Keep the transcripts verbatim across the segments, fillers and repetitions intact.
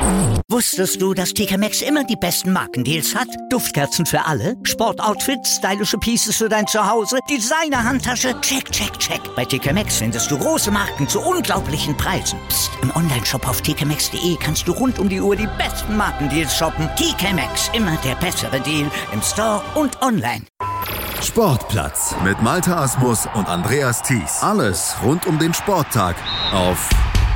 Wusstest du, dass T K Maxx immer die besten Markendeals hat? Duftkerzen für alle, Sportoutfits, stylische Pieces für dein Zuhause, Designer-Handtasche, check, check, check. Bei T K Maxx findest du große Marken zu unglaublichen Preisen. Psst. Im Onlineshop auf t k maxx punkt d e kannst du rund um die Uhr die besten Markendeals shoppen. T K Maxx, immer der bessere Deal im Store und online. Sportplatz mit Malte Asmus und Andreas Thies. Alles rund um den Sporttag auf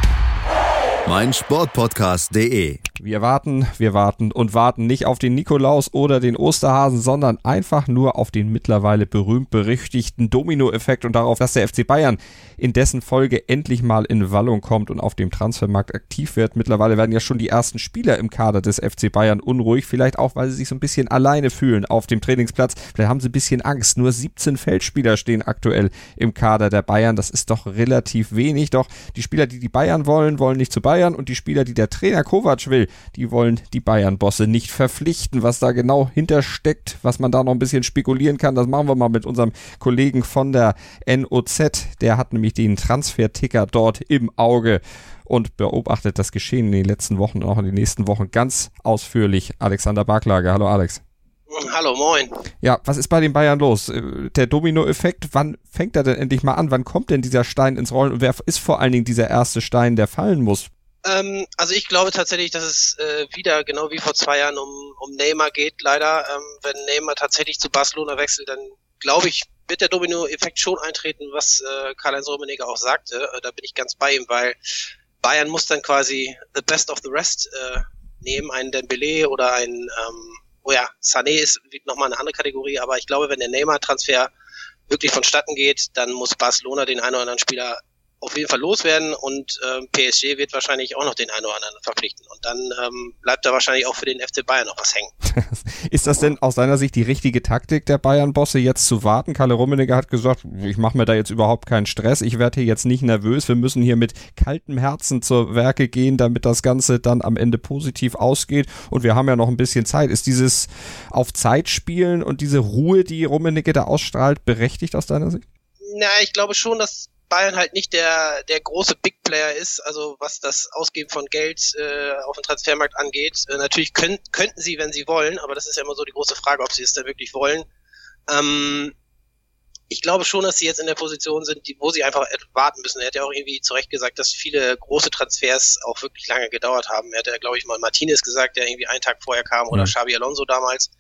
meinsportpodcast punkt de. Wir warten, wir warten und warten nicht auf den Nikolaus oder den Osterhasen, sondern einfach nur auf den mittlerweile berühmt-berüchtigten Dominoeffekt und darauf, dass der F C Bayern in dessen Folge endlich mal in Wallung kommt und auf dem Transfermarkt aktiv wird. Mittlerweile werden ja schon die ersten Spieler im Kader des F C Bayern unruhig, vielleicht auch, weil sie sich so ein bisschen alleine fühlen auf dem Trainingsplatz. Vielleicht haben sie ein bisschen Angst. Nur siebzehn Feldspieler stehen aktuell im Kader der Bayern. Das ist doch relativ wenig. Doch die Spieler, die die Bayern wollen, wollen nicht zu Bayern und die Spieler, die der Trainer Kovac will, die wollen die Bayern-Bosse nicht verpflichten. Was da genau hintersteckt, was man da noch ein bisschen spekulieren kann, das machen wir mal mit unserem Kollegen von der N O Z. Der hat nämlich den Transfer-Ticker dort im Auge und beobachtet das Geschehen in den letzten Wochen und auch in den nächsten Wochen ganz ausführlich. Alexander Barklage. Hallo Alex. Hallo, moin. Ja, was ist bei den Bayern los? Der Domino-Effekt, wann fängt er denn endlich mal an? Wann kommt denn dieser Stein ins Rollen? Und wer ist vor allen Dingen dieser erste Stein, der fallen muss? Ähm, also ich glaube tatsächlich, dass es äh, wieder genau wie vor zwei Jahren um, um Neymar geht, leider. Ähm, wenn Neymar tatsächlich zu Barcelona wechselt, dann glaube ich, wird der Domino-Effekt schon eintreten, was äh, Karl-Heinz Rummenigge auch sagte. Äh, da bin ich ganz bei ihm, weil Bayern muss dann quasi the best of the rest äh, nehmen, einen Dembélé oder einen, ähm, oh ja, Sané ist nochmal eine andere Kategorie, aber ich glaube, wenn der Neymar-Transfer wirklich vonstatten geht, dann muss Barcelona den einen oder anderen Spieler auf jeden Fall loswerden und ähm, P S G wird wahrscheinlich auch noch den einen oder anderen verpflichten. Und dann ähm, bleibt da wahrscheinlich auch für den F C Bayern noch was hängen. Ist das denn aus deiner Sicht die richtige Taktik der Bayern-Bosse, jetzt zu warten? Karl Rummenigge hat gesagt, ich mache mir da jetzt überhaupt keinen Stress, ich werde hier jetzt nicht nervös, wir müssen hier mit kaltem Herzen zur Werke gehen, damit das Ganze dann am Ende positiv ausgeht und wir haben ja noch ein bisschen Zeit. Ist dieses auf Zeit spielen und diese Ruhe, die Rummenigge da ausstrahlt, berechtigt aus deiner Sicht? Na, ich glaube schon, dass Bayern halt nicht der der große Big Player ist, also was das Ausgeben von Geld äh, auf dem Transfermarkt angeht. Äh, natürlich können, könnten sie, wenn sie wollen, aber das ist ja immer so die große Frage, ob sie es denn wirklich wollen. Ähm, ich glaube schon, dass sie jetzt in der Position sind, die, wo sie einfach warten müssen. Er hat ja auch irgendwie zu Recht gesagt, dass viele große Transfers auch wirklich lange gedauert haben. Er hat ja, glaube ich, mal Martinez gesagt, der irgendwie einen Tag vorher kam, oder mhm. Xabi Alonso damals.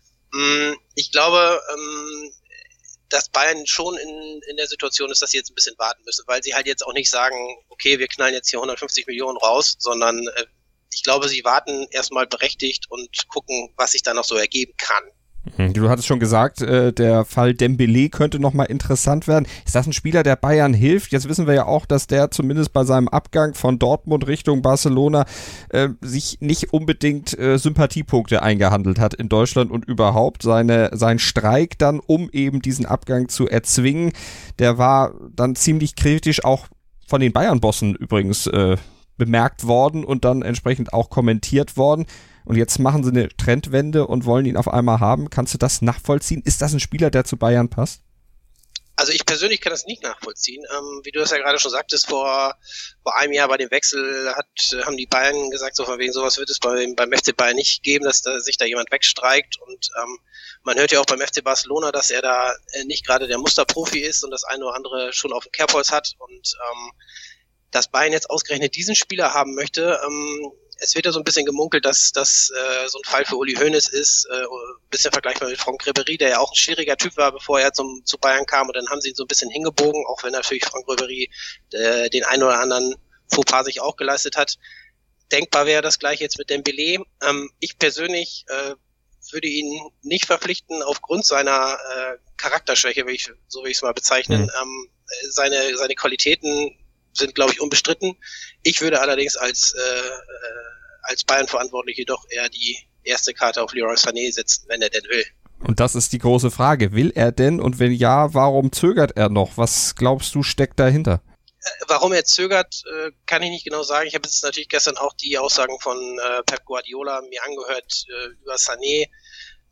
Ähm, ich glaube, ähm, dass Bayern schon in, in der Situation ist, dass sie jetzt ein bisschen warten müssen, weil sie halt jetzt auch nicht sagen, okay, wir knallen jetzt hier hundertfünfzig Millionen raus, sondern äh, ich glaube, sie warten erstmal berechtigt und gucken, was sich da noch so ergeben kann. Du hattest schon gesagt, äh, der Fall Dembélé könnte nochmal interessant werden. Ist das ein Spieler, der Bayern hilft? Jetzt wissen wir ja auch, dass der zumindest bei seinem Abgang von Dortmund Richtung Barcelona äh, sich nicht unbedingt äh, Sympathiepunkte eingehandelt hat in Deutschland und überhaupt. Seine, sein Streik dann, um eben diesen Abgang zu erzwingen, der war dann ziemlich kritisch auch von den Bayern-Bossen übrigens äh, bemerkt worden und dann entsprechend auch kommentiert worden. Und jetzt machen sie eine Trendwende und wollen ihn auf einmal haben. Kannst du das nachvollziehen? Ist das ein Spieler, der zu Bayern passt? Also ich persönlich kann das nicht nachvollziehen. Ähm, wie du das ja gerade schon sagtest, vor vor einem Jahr bei dem Wechsel hat haben die Bayern gesagt, so von wegen sowas wird es beim, beim F C Bayern nicht geben, dass da, sich da jemand wegstreikt. Und ähm, man hört ja auch beim F C Barcelona, dass er da äh, nicht gerade der Musterprofi ist und das eine oder andere schon auf dem Kerbholz hat. Und ähm, dass Bayern jetzt ausgerechnet diesen Spieler haben möchte, ähm, es wird ja so ein bisschen gemunkelt, dass das äh, so ein Fall für Uli Hoeneß ist, äh, ein bisschen vergleichbar mit Franck Ribéry, der ja auch ein schwieriger Typ war, bevor er zum zu Bayern kam, und dann haben sie ihn so ein bisschen hingebogen, auch wenn natürlich Franck Ribéry äh, den einen oder anderen Fauxpas sich auch geleistet hat. Denkbar wäre das gleiche jetzt mit Dembélé. Ähm, ich persönlich äh, würde ihn nicht verpflichten aufgrund seiner äh, Charakterschwäche, will ich, so will ich es mal bezeichnen. Mhm. Ähm, seine seine Qualitäten sind, glaube ich, unbestritten. Ich würde allerdings als äh, als Bayern-Verantwortliche doch eher die erste Karte auf Leroy Sané setzen, wenn er denn will. Und das ist die große Frage. Will er denn? Und wenn ja, warum zögert er noch? Was glaubst du, steckt dahinter? Äh, warum er zögert, äh, kann ich nicht genau sagen. Ich habe jetzt natürlich gestern auch die Aussagen von äh, Pep Guardiola mir angehört äh, über Sané.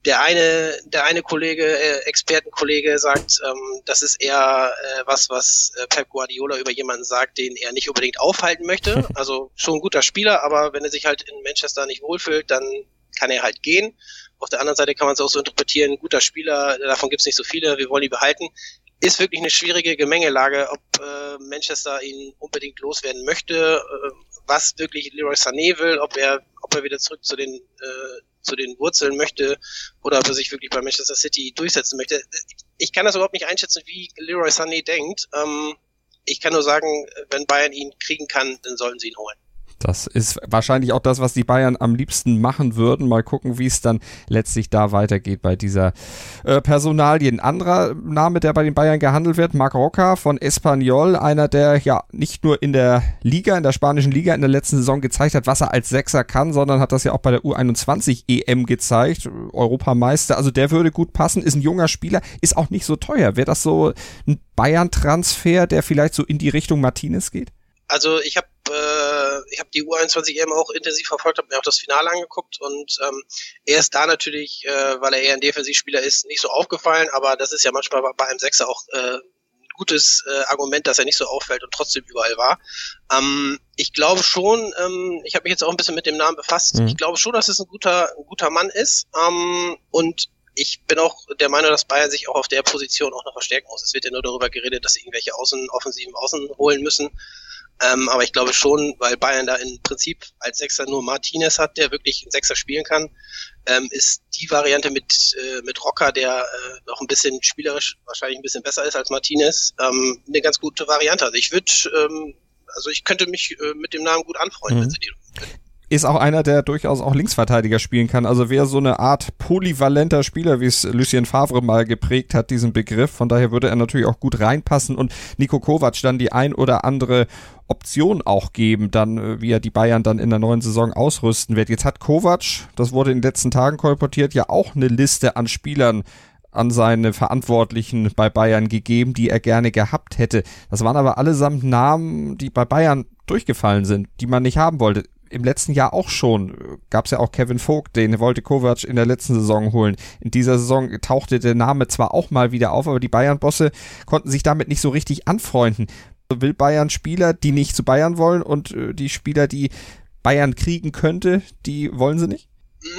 Der eine, der eine Kollege, äh, Expertenkollege sagt, ähm, das ist eher äh, was, was äh, Pep Guardiola über jemanden sagt, den er nicht unbedingt aufhalten möchte. Also schon ein guter Spieler, aber wenn er sich halt in Manchester nicht wohlfühlt, dann kann er halt gehen. Auf der anderen Seite kann man es auch so interpretieren, guter Spieler, davon gibt es nicht so viele, wir wollen ihn behalten. Ist wirklich eine schwierige Gemengelage, ob äh, Manchester ihn unbedingt loswerden möchte, äh, was wirklich Leroy Sané will, ob er, ob er wieder zurück zu den äh, zu den Wurzeln möchte oder ob er sich wirklich bei Manchester City durchsetzen möchte. Ich kann das überhaupt nicht einschätzen, wie Leroy Sané denkt. Ähm, ich kann nur sagen, wenn Bayern ihn kriegen kann, dann sollten sie ihn holen. Das ist wahrscheinlich auch das, was die Bayern am liebsten machen würden. Mal gucken, wie es dann letztlich da weitergeht bei dieser äh, Personalie. Ein anderer Name, der bei den Bayern gehandelt wird, Marc Roca von Espanyol, einer, der ja nicht nur in der Liga, in der spanischen Liga in der letzten Saison gezeigt hat, was er als Sechser kann, sondern hat das ja auch bei der U einundzwanzig E M gezeigt, Europameister. Also der würde gut passen, ist ein junger Spieler, ist auch nicht so teuer. Wäre das so ein Bayern-Transfer, der vielleicht so in die Richtung Martinez geht? Also ich habe äh, ich habe die U einundzwanzig E M auch intensiv verfolgt, habe mir auch das Finale angeguckt und ähm, er ist da natürlich, äh, weil er eher ein Defensivspieler ist, nicht so aufgefallen, aber das ist ja manchmal bei einem Sechser auch äh, ein gutes äh, Argument, dass er nicht so auffällt und trotzdem überall war. Ähm, ich glaube schon, ähm, ich habe mich jetzt auch ein bisschen mit dem Namen befasst, mhm. ich glaube schon, dass es ein guter ein guter Mann ist ähm, und ich bin auch der Meinung, dass Bayern sich auch auf der Position auch noch verstärken muss. Es wird ja nur darüber geredet, dass sie irgendwelche Außen, offensiven Außen holen müssen. Ähm, aber ich glaube schon, weil Bayern da im Prinzip als Sechser nur Martinez hat, der wirklich einen Sechser spielen kann, ähm, ist die Variante mit äh, mit Roca, der äh, noch ein bisschen spielerisch wahrscheinlich ein bisschen besser ist als Martinez, ähm, eine ganz gute Variante. Also ich würde, ähm, also ich könnte mich äh, mit dem Namen gut anfreunden, mhm. wenn sie die können. Ist auch einer, der durchaus auch Linksverteidiger spielen kann. Also wäre so eine Art polyvalenter Spieler, wie es Lucien Favre mal geprägt hat, diesen Begriff. Von daher würde er natürlich auch gut reinpassen und Niko Kovac dann die ein oder andere Option auch geben, dann wie er die Bayern dann in der neuen Saison ausrüsten wird. Jetzt hat Kovac, das wurde in den letzten Tagen kolportiert, ja auch eine Liste an Spielern an seine Verantwortlichen bei Bayern gegeben, die er gerne gehabt hätte. Das waren aber allesamt Namen, die bei Bayern durchgefallen sind, die man nicht haben wollte. Im letzten Jahr auch schon gab es ja auch Kevin Vogt, den wollte Kovac in der letzten Saison holen. In dieser Saison tauchte der Name zwar auch mal wieder auf, aber die Bayern-Bosse konnten sich damit nicht so richtig anfreunden. Will Bayern Spieler, die nicht zu Bayern wollen und äh, die Spieler, die Bayern kriegen könnte, die wollen sie nicht?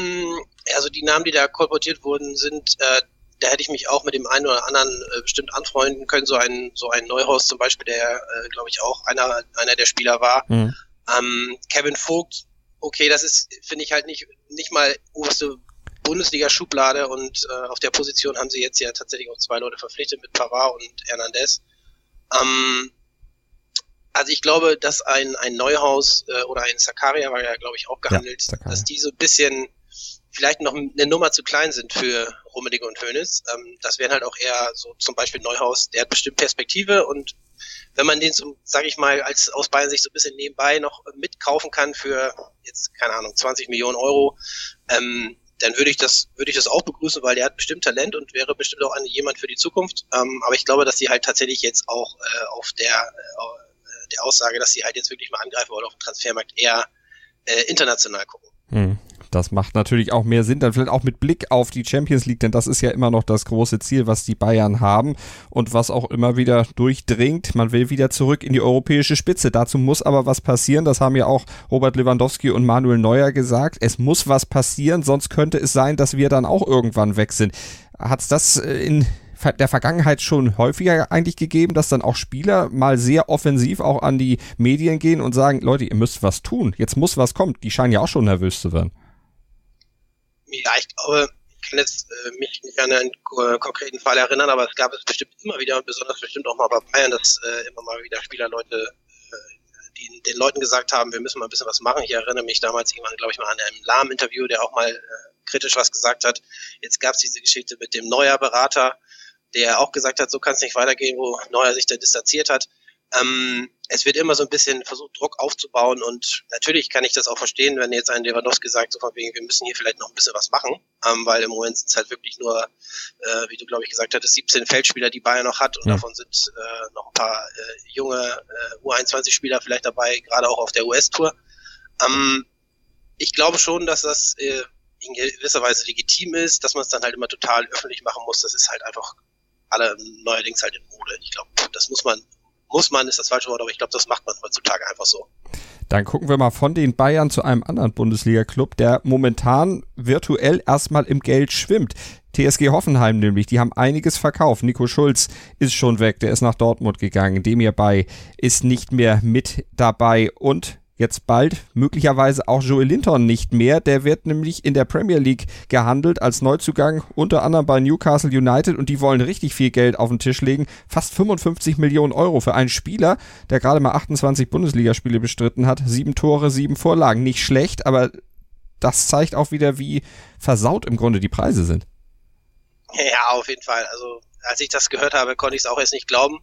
Also die Namen, die da kolportiert wurden, sind, äh, da hätte ich mich auch mit dem einen oder anderen äh, bestimmt anfreunden können. So ein so ein Neuhaus zum Beispiel, der, äh, glaube ich, auch einer einer der Spieler war. Mhm. Ähm, Kevin Vogt, okay, das ist, finde ich halt nicht nicht mal oberste Bundesliga-Schublade und äh, auf der Position haben sie jetzt ja tatsächlich auch zwei Leute verpflichtet mit Pavard und Hernandez. Ähm, also ich glaube, dass ein ein Neuhaus äh, oder ein Zakaria war ja, glaube ich, auch gehandelt, ja, dass die so ein bisschen vielleicht noch eine Nummer zu klein sind für Rummenigge und Hoeneß. Ähm, das wären halt auch eher so zum Beispiel Neuhaus, der hat bestimmt Perspektive und wenn man den, so, sage ich mal, als aus Bayern sich so ein bisschen nebenbei noch mitkaufen kann für jetzt, keine Ahnung, zwanzig Millionen Euro, ähm, dann würde ich das würde ich das auch begrüßen, weil der hat bestimmt Talent und wäre bestimmt auch ein, jemand für die Zukunft. Ähm, aber ich glaube, dass sie halt tatsächlich jetzt auch äh, auf der äh, der Aussage, dass sie halt jetzt wirklich mal angreifen wollen auf dem Transfermarkt, eher äh, international gucken. Hm. Das macht natürlich auch mehr Sinn, dann vielleicht auch mit Blick auf die Champions League, denn das ist ja immer noch das große Ziel, was die Bayern haben und was auch immer wieder durchdringt. Man will wieder zurück in die europäische Spitze. Dazu muss aber was passieren. Das haben ja auch Robert Lewandowski und Manuel Neuer gesagt. Es muss was passieren, sonst könnte es sein, dass wir dann auch irgendwann weg sind. Hat es das in der Vergangenheit schon häufiger eigentlich gegeben, dass dann auch Spieler mal sehr offensiv auch an die Medien gehen und sagen, Leute, ihr müsst was tun. Jetzt muss was kommen. Die scheinen ja auch schon nervös zu werden. Ja, ich glaube, ich kann jetzt äh, mich nicht an einen äh, konkreten Fall erinnern, aber es gab es bestimmt immer wieder, besonders bestimmt auch mal bei Bayern, dass äh, immer mal wieder Spielerleute, äh, die den Leuten gesagt haben, wir müssen mal ein bisschen was machen. Ich erinnere mich damals irgendwann, glaube ich, mal an einem Lahm-Interview, der auch mal äh, kritisch was gesagt hat. Jetzt gab es diese Geschichte mit dem Neuer-Berater, der auch gesagt hat, so kann es nicht weitergehen, wo Neuer sich da distanziert hat. Ähm, es wird immer so ein bisschen versucht, Druck aufzubauen und natürlich kann ich das auch verstehen, wenn jetzt ein Lewandowski sagt, so von wegen, wir müssen hier vielleicht noch ein bisschen was machen, ähm, weil im Moment sind es halt wirklich nur, äh, wie du glaube ich gesagt hattest, siebzehn Feldspieler, die Bayern noch hat und ja. davon sind äh, noch ein paar äh, junge äh, U einundzwanzig Spieler vielleicht dabei, gerade auch auf der U S-Tour. Ähm, ich glaube schon, dass das äh, in gewisser Weise legitim ist, dass man es dann halt immer total öffentlich machen muss, das ist halt einfach alle neuerdings halt in Mode. Ich glaube, das muss man, muss man, ist das falsche Wort, aber ich glaube, das macht man heutzutage einfach so. Dann gucken wir mal von den Bayern zu einem anderen Bundesliga-Club, der momentan virtuell erstmal im Geld schwimmt. T S G Hoffenheim nämlich, die haben einiges verkauft. Nico Schulz ist schon weg, der ist nach Dortmund gegangen. Demir Bay ist nicht mehr mit dabei und jetzt bald möglicherweise auch Joel Linton nicht mehr. Der wird nämlich in der Premier League gehandelt als Neuzugang, unter anderem bei Newcastle United, und die wollen richtig viel Geld auf den Tisch legen. Fast fünfundfünfzig Millionen Euro für einen Spieler, der gerade mal achtundzwanzig Bundesligaspiele bestritten hat. Sieben Tore, sieben Vorlagen. Nicht schlecht, aber das zeigt auch wieder, wie versaut im Grunde die Preise sind. Ja, auf jeden Fall. Also als ich das gehört habe, konnte ich es auch erst nicht glauben,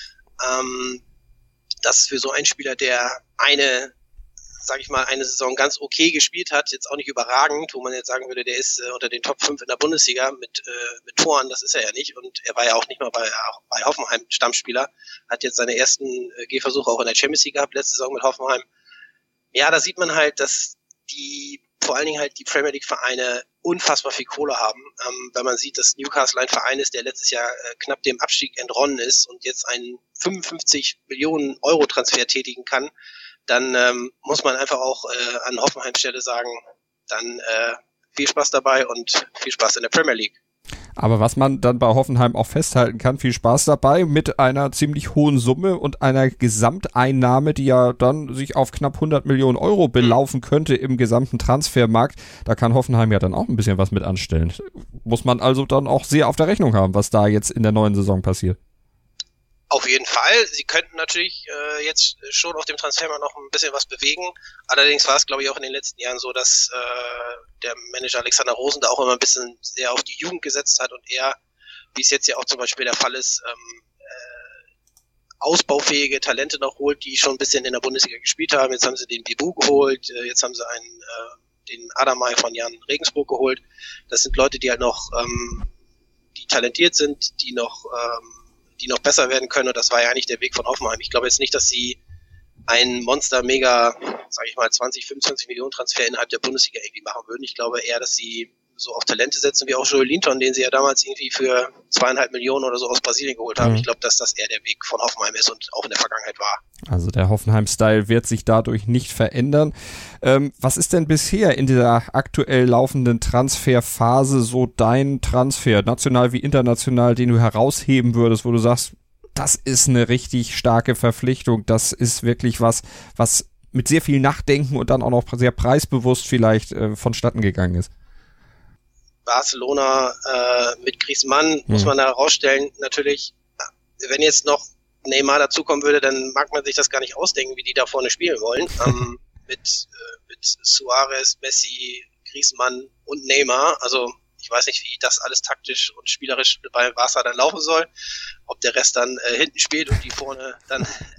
ähm, dass für so einen Spieler, der eine sage ich mal, eine Saison ganz okay gespielt hat, jetzt auch nicht überragend, wo man jetzt sagen würde, der ist äh, unter den Top fünf in der Bundesliga mit äh, mit Toren, das ist er ja nicht, und er war ja auch nicht mal bei, auch bei Hoffenheim Stammspieler, hat jetzt seine ersten äh, Gehversuche auch in der Champions League gehabt, letzte Saison mit Hoffenheim. Ja, da sieht man halt, dass die, vor allen Dingen halt die Premier League Vereine unfassbar viel Kohle haben, ähm, weil man sieht, dass Newcastle ein Verein ist, der letztes Jahr äh, knapp dem Abstieg entronnen ist und jetzt einen fünfundfünfzig Millionen Euro Transfer tätigen kann. Dann ähm, muss man einfach auch äh, an Hoffenheims Stelle sagen, dann äh, viel Spaß dabei und viel Spaß in der Premier League. Aber was man dann bei Hoffenheim auch festhalten kann, viel Spaß dabei mit einer ziemlich hohen Summe und einer Gesamteinnahme, die ja dann sich auf knapp hundert Millionen Euro belaufen könnte im gesamten Transfermarkt. Da kann Hoffenheim ja dann auch ein bisschen was mit anstellen. Muss man also dann auch sehr auf der Rechnung haben, was da jetzt in der neuen Saison passiert. Auf jeden Fall. Sie könnten natürlich äh, jetzt schon auf dem Transfermarkt noch ein bisschen was bewegen. Allerdings war es, glaube ich, auch in den letzten Jahren so, dass äh, der Manager Alexander Rosen da auch immer ein bisschen sehr auf die Jugend gesetzt hat und er, wie es jetzt ja auch zum Beispiel der Fall ist, ähm, äh, ausbaufähige Talente noch holt, die schon ein bisschen in der Bundesliga gespielt haben. Jetzt haben sie den Bibu geholt, äh, jetzt haben sie einen äh, den Adamay von Jan Regensburg geholt. Das sind Leute, die halt noch ähm, die talentiert sind, die noch ähm, die noch besser werden können, und das war ja eigentlich der Weg von Hoffenheim. Ich glaube jetzt nicht, dass sie einen Monster-Mega, sage ich mal, zwanzig, fünfundzwanzig Millionen Transfer innerhalb der Bundesliga irgendwie machen würden. Ich glaube eher, dass sie so auf Talente setzen, wie auch Joel Linton, den sie ja damals irgendwie für zweieinhalb Millionen oder so aus Brasilien geholt haben. Mhm. Ich glaube, dass das eher der Weg von Hoffenheim ist und auch in der Vergangenheit war. Also der Hoffenheim-Style wird sich dadurch nicht verändern. Ähm, was ist denn bisher in dieser aktuell laufenden Transferphase so dein Transfer, national wie international, den du herausheben würdest, wo du sagst, das ist eine richtig starke Verpflichtung, das ist wirklich was, was mit sehr viel Nachdenken und dann auch noch sehr preisbewusst vielleicht äh, vonstatten gegangen ist? Barcelona äh, mit Griezmann, hm. muss man da herausstellen, natürlich, wenn jetzt noch Neymar dazukommen würde, dann mag man sich das gar nicht ausdenken, wie die da vorne spielen wollen. ähm, mit, äh, mit Suarez, Messi, Griezmann und Neymar. Also ich weiß nicht, wie das alles taktisch und spielerisch bei Barca dann laufen soll. Ob der Rest dann äh, hinten spielt und die vorne dann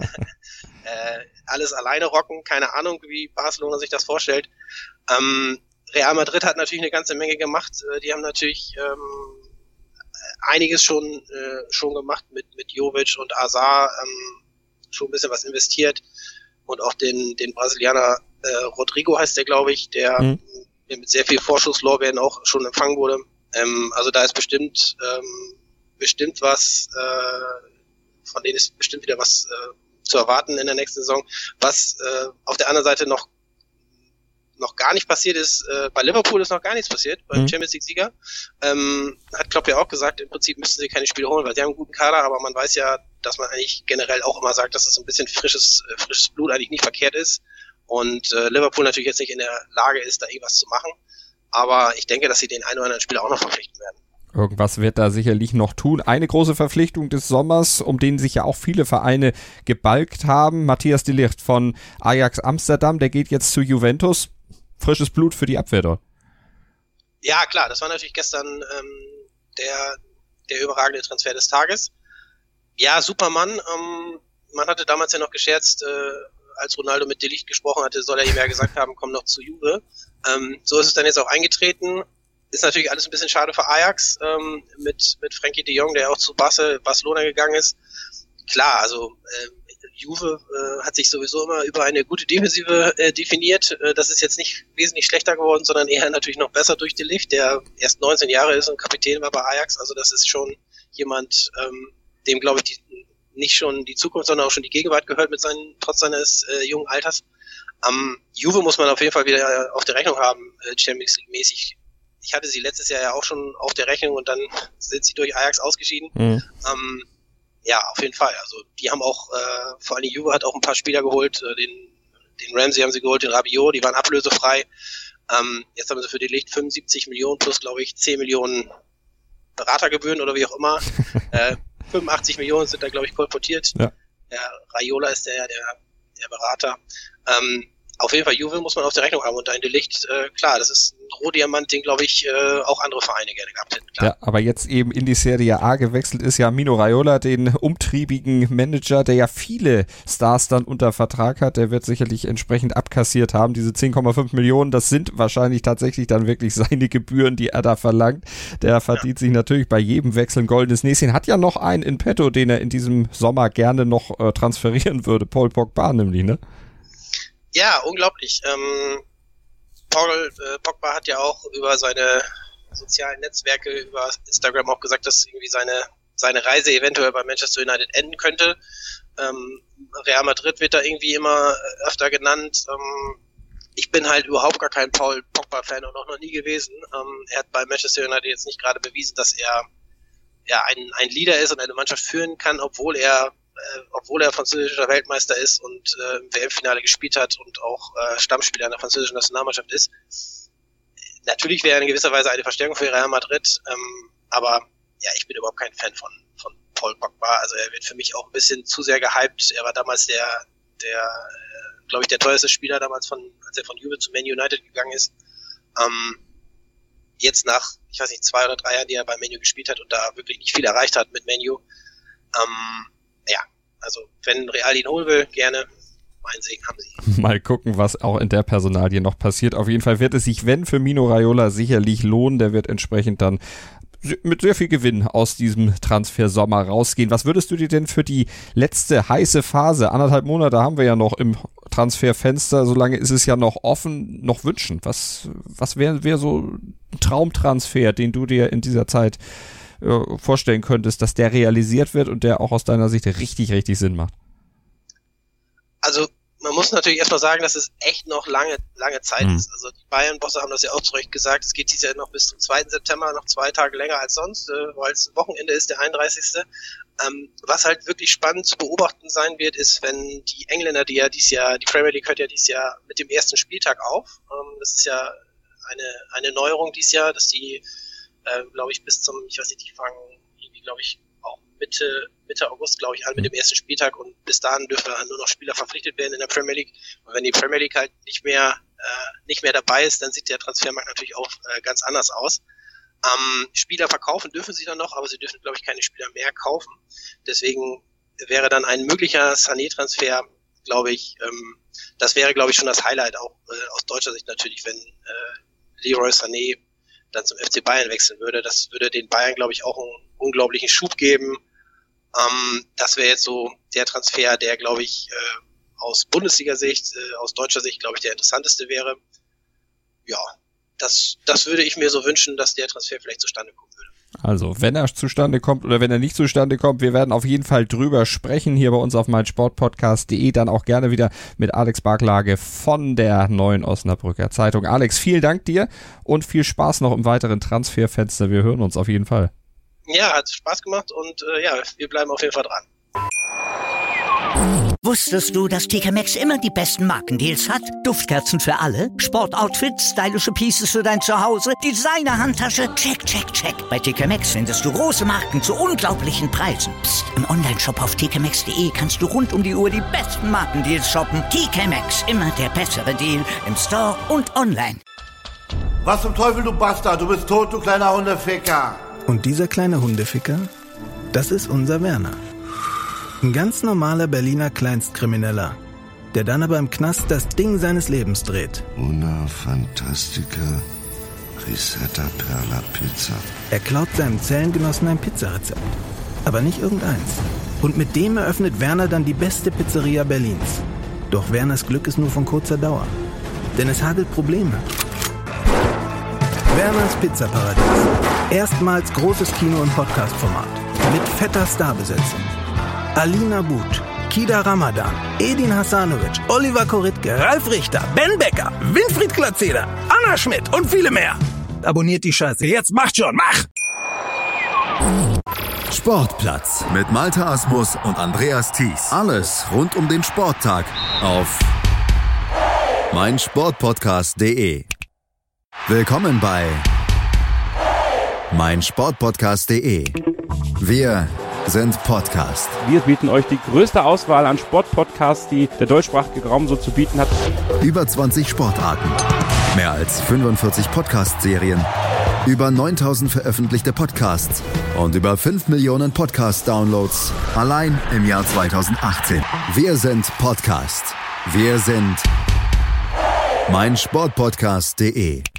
äh, alles alleine rocken. Keine Ahnung, wie Barcelona sich das vorstellt. Ähm, Real Madrid hat natürlich eine ganze Menge gemacht. Die haben natürlich ähm, einiges schon äh, schon gemacht mit mit Jovic und Hazard, ähm, schon ein bisschen was investiert, und auch den den Brasilianer äh, Rodrigo heißt der, glaube ich, der, mhm. der mit sehr viel Vorschusslorbeeren auch schon empfangen wurde. Ähm, also da ist bestimmt ähm, bestimmt was, äh, von denen ist bestimmt wieder was äh, zu erwarten in der nächsten Saison. Was äh, auf der anderen Seite noch noch gar nicht passiert ist, äh, bei Liverpool ist noch gar nichts passiert, beim mhm. Champions League-Sieger. Ähm, hat Klopp ja auch gesagt, im Prinzip müssten sie keine Spiele holen, weil sie haben einen guten Kader, aber man weiß ja, dass man eigentlich generell auch immer sagt, dass es ein bisschen frisches äh, frisches Blut eigentlich nicht verkehrt ist. Und äh, Liverpool natürlich jetzt nicht in der Lage ist, da irgendwas zu machen. Aber ich denke, dass sie den einen oder anderen Spieler auch noch verpflichten werden. Irgendwas wird da sicherlich noch tun. Eine große Verpflichtung des Sommers, um den sich ja auch viele Vereine gebalgt haben. Matthias de Ligt von Ajax Amsterdam, der geht jetzt zu Juventus. Frisches Blut für die Abwehr dort. Ja, klar, das war natürlich gestern ähm, der der überragende Transfer des Tages. Ja, Supermann. Ähm, man hatte damals ja noch gescherzt, äh, als Ronaldo mit De Ligt gesprochen hatte, soll er ihm ja gesagt haben, komm noch zu Juve. Ähm, so ist es dann jetzt auch eingetreten. Ist natürlich alles ein bisschen schade für Ajax, ähm, mit mit Frenkie de Jong, der auch zu Barce, Barcelona gegangen ist. Klar, also äh, Juve äh, hat sich sowieso immer über eine gute Defensive äh, definiert. Äh, das ist jetzt nicht wesentlich schlechter geworden, sondern eher natürlich noch besser durch De Ligt, der erst neunzehn Jahre ist und Kapitän war bei Ajax. Also das ist schon jemand, ähm, dem, glaube ich, die, nicht schon die Zukunft, sondern auch schon die Gegenwart gehört mit seinen, trotz seines äh, jungen Alters. Am Juve muss man auf jeden Fall wieder auf der Rechnung haben, äh, Champions League mäßig. Ich hatte sie letztes Jahr ja auch schon auf der Rechnung und dann sind sie durch Ajax ausgeschieden. Mhm. Ähm, ja, auf jeden Fall. Also die haben auch, äh, vor allem die Juve hat auch ein paar Spieler geholt, äh, den, den Ramsey haben sie geholt, den Rabiot, die waren ablösefrei. Ähm, jetzt haben sie für die Licht fünfundsiebzig Millionen plus, glaube ich, zehn Millionen Beratergebühren oder wie auch immer. äh, fünfundachtzig Millionen sind da, glaube ich, kolportiert. Ja. Der Raiola ist der, der, der Berater. Ähm, Auf jeden Fall, Juve muss man auf der Rechnung haben und ein De Ligt, äh, klar, das ist ein Rohdiamant, den, glaube ich, äh, auch andere Vereine gerne gehabt hätten. Klar. Ja, aber jetzt eben in die Serie A gewechselt ist ja Mino Raiola, den umtriebigen Manager, der ja viele Stars dann unter Vertrag hat, der wird sicherlich entsprechend abkassiert haben. Diese zehn Komma fünf Millionen, das sind wahrscheinlich tatsächlich dann wirklich seine Gebühren, die er da verlangt. Der verdient ja. sich natürlich bei jedem Wechsel ein goldenes Näschen. Hat ja noch einen in petto, den er in diesem Sommer gerne noch äh, transferieren würde, Paul Pogba nämlich, ne? Ja, unglaublich. Ähm, Paul äh, Pogba hat ja auch über seine sozialen Netzwerke, über Instagram auch gesagt, dass irgendwie seine seine Reise eventuell bei Manchester United enden könnte. Ähm, Real Madrid wird da irgendwie immer öfter genannt. Ähm, ich bin halt überhaupt gar kein Paul Pogba-Fan und auch noch nie gewesen. Ähm, er hat bei Manchester United jetzt nicht gerade bewiesen, dass er ja ein, ein Leader ist und eine Mannschaft führen kann, obwohl er Äh, obwohl er französischer Weltmeister ist und äh, im W M-Finale gespielt hat und auch äh, Stammspieler in der französischen Nationalmannschaft ist. Natürlich wäre er in gewisser Weise eine Verstärkung für Real Madrid, ähm, aber ja, ich bin überhaupt kein Fan von von Paul Pogba. Also er wird für mich auch ein bisschen zu sehr gehypt. Er war damals der, der, äh, glaube ich, der teuerste Spieler damals, von als er von Juve zu Man United gegangen ist. Ähm, jetzt nach, ich weiß nicht, zwei oder drei Jahren, die er bei Man U gespielt hat und da wirklich nicht viel erreicht hat mit Man U. Ähm, Ja, also wenn Real ihn holen will, gerne, meinen Segen haben sie. Mal gucken, was auch in der Personalie noch passiert. Auf jeden Fall wird es sich, wenn, für Mino Raiola sicherlich lohnen. Der wird entsprechend dann mit sehr viel Gewinn aus diesem Transfersommer rausgehen. Was würdest du dir denn für die letzte heiße Phase, anderthalb Monate haben wir ja noch im Transferfenster, solange ist es ja noch offen, noch wünschen? Was, was wäre wär so ein Traumtransfer, den du dir in dieser Zeit vorstellen könntest, dass der realisiert wird und der auch aus deiner Sicht richtig, richtig Sinn macht? Also man muss natürlich erstmal sagen, dass es echt noch lange, lange Zeit mhm. ist. Also die Bayern-Bosse haben das ja auch zu Recht gesagt, es geht dieses Jahr noch bis zum zweiten September, noch zwei Tage länger als sonst, weil es Wochenende ist, der einunddreißigste Ähm, was halt wirklich spannend zu beobachten sein wird, ist, wenn die Engländer, die ja dieses Jahr, die Premier League hört ja dieses Jahr mit dem ersten Spieltag auf. Ähm, das ist ja eine, eine Neuerung dieses Jahr, dass die Äh, glaube ich, bis zum, ich weiß nicht, die fangen irgendwie, glaube ich, auch Mitte, Mitte August, glaube ich, an mit dem ersten Spieltag und bis dahin dürfen dann nur noch Spieler verpflichtet werden in der Premier League. Und wenn die Premier League halt nicht mehr, äh, nicht mehr dabei ist, dann sieht der Transfermarkt natürlich auch äh, ganz anders aus. Ähm, Spieler verkaufen dürfen sie dann noch, aber sie dürfen, glaube ich, keine Spieler mehr kaufen. Deswegen wäre dann ein möglicher Sané-Transfer, glaube ich, ähm, das wäre, glaube ich, schon das Highlight auch äh, aus deutscher Sicht natürlich, wenn äh, Leroy Sané dann zum F C Bayern wechseln würde. Das würde den Bayern, glaube ich, auch einen unglaublichen Schub geben. Ähm, das wäre jetzt so der Transfer, der, glaube ich, äh, aus Bundesliga-Sicht, äh, aus deutscher Sicht, glaube ich, der interessanteste wäre. Ja, das, das würde ich mir so wünschen, dass der Transfer vielleicht zustande kommen würde. Also, wenn er zustande kommt oder wenn er nicht zustande kommt, wir werden auf jeden Fall drüber sprechen hier bei uns auf meinsportpodcast punkt de, dann auch gerne wieder mit Alex Barklage von der Neuen Osnabrücker Zeitung. Alex, vielen Dank dir und viel Spaß noch im weiteren Transferfenster. Wir hören uns auf jeden Fall. Ja, hat Spaß gemacht und äh, ja, wir bleiben auf jeden Fall dran. Wusstest du, dass T K Maxx immer die besten Markendeals hat? Duftkerzen für alle, Sportoutfits, stylische Pieces für dein Zuhause, Designer-Handtasche, check, check, check. Bei T K Maxx findest du große Marken zu unglaublichen Preisen. Psst. Im Onlineshop auf t k maxx punkt de kannst du rund um die Uhr die besten Markendeals shoppen. T K Maxx, immer der bessere Deal im Store und online. Was zum Teufel, du Bastard? Du bist tot, du kleiner Hundeficker. Und dieser kleine Hundeficker, das ist unser Werner. Ein ganz normaler Berliner Kleinstkrimineller, der dann aber im Knast das Ding seines Lebens dreht. Una Fantastica Risetta Perla Pizza. Er klaut seinem Zellengenossen ein Pizzarezept. Aber nicht irgendeins. Und mit dem eröffnet Werner dann die beste Pizzeria Berlins. Doch Werners Glück ist nur von kurzer Dauer. Denn es hagelt Probleme. Werners Pizzaparadies. Erstmals großes Kino- und Podcast-Format. Mit fetter Starbesetzung. Alina But, Kida Ramadan, Edin Hasanovic, Oliver Koritke, Ralf Richter, Ben Becker, Winfried Glatzeder, Anna Schmidt und viele mehr. Abonniert die Scheiße. Jetzt macht schon, mach! Sportplatz mit Malte Asmus und Andreas Thies. Alles rund um den Sporttag auf meinsportpodcast punkt de. Willkommen bei meinsportpodcast punkt de. Wir sind Podcast. Wir bieten euch die größte Auswahl an Sportpodcasts, die der deutschsprachige Raum so zu bieten hat. Über zwanzig Sportarten, mehr als fünfundvierzig Podcast-Serien, über neuntausend veröffentlichte Podcasts und über fünf Millionen Podcast-Downloads allein im Jahr zweitausendachtzehn. Wir sind Podcast. Wir sind meinsportpodcast punkt de.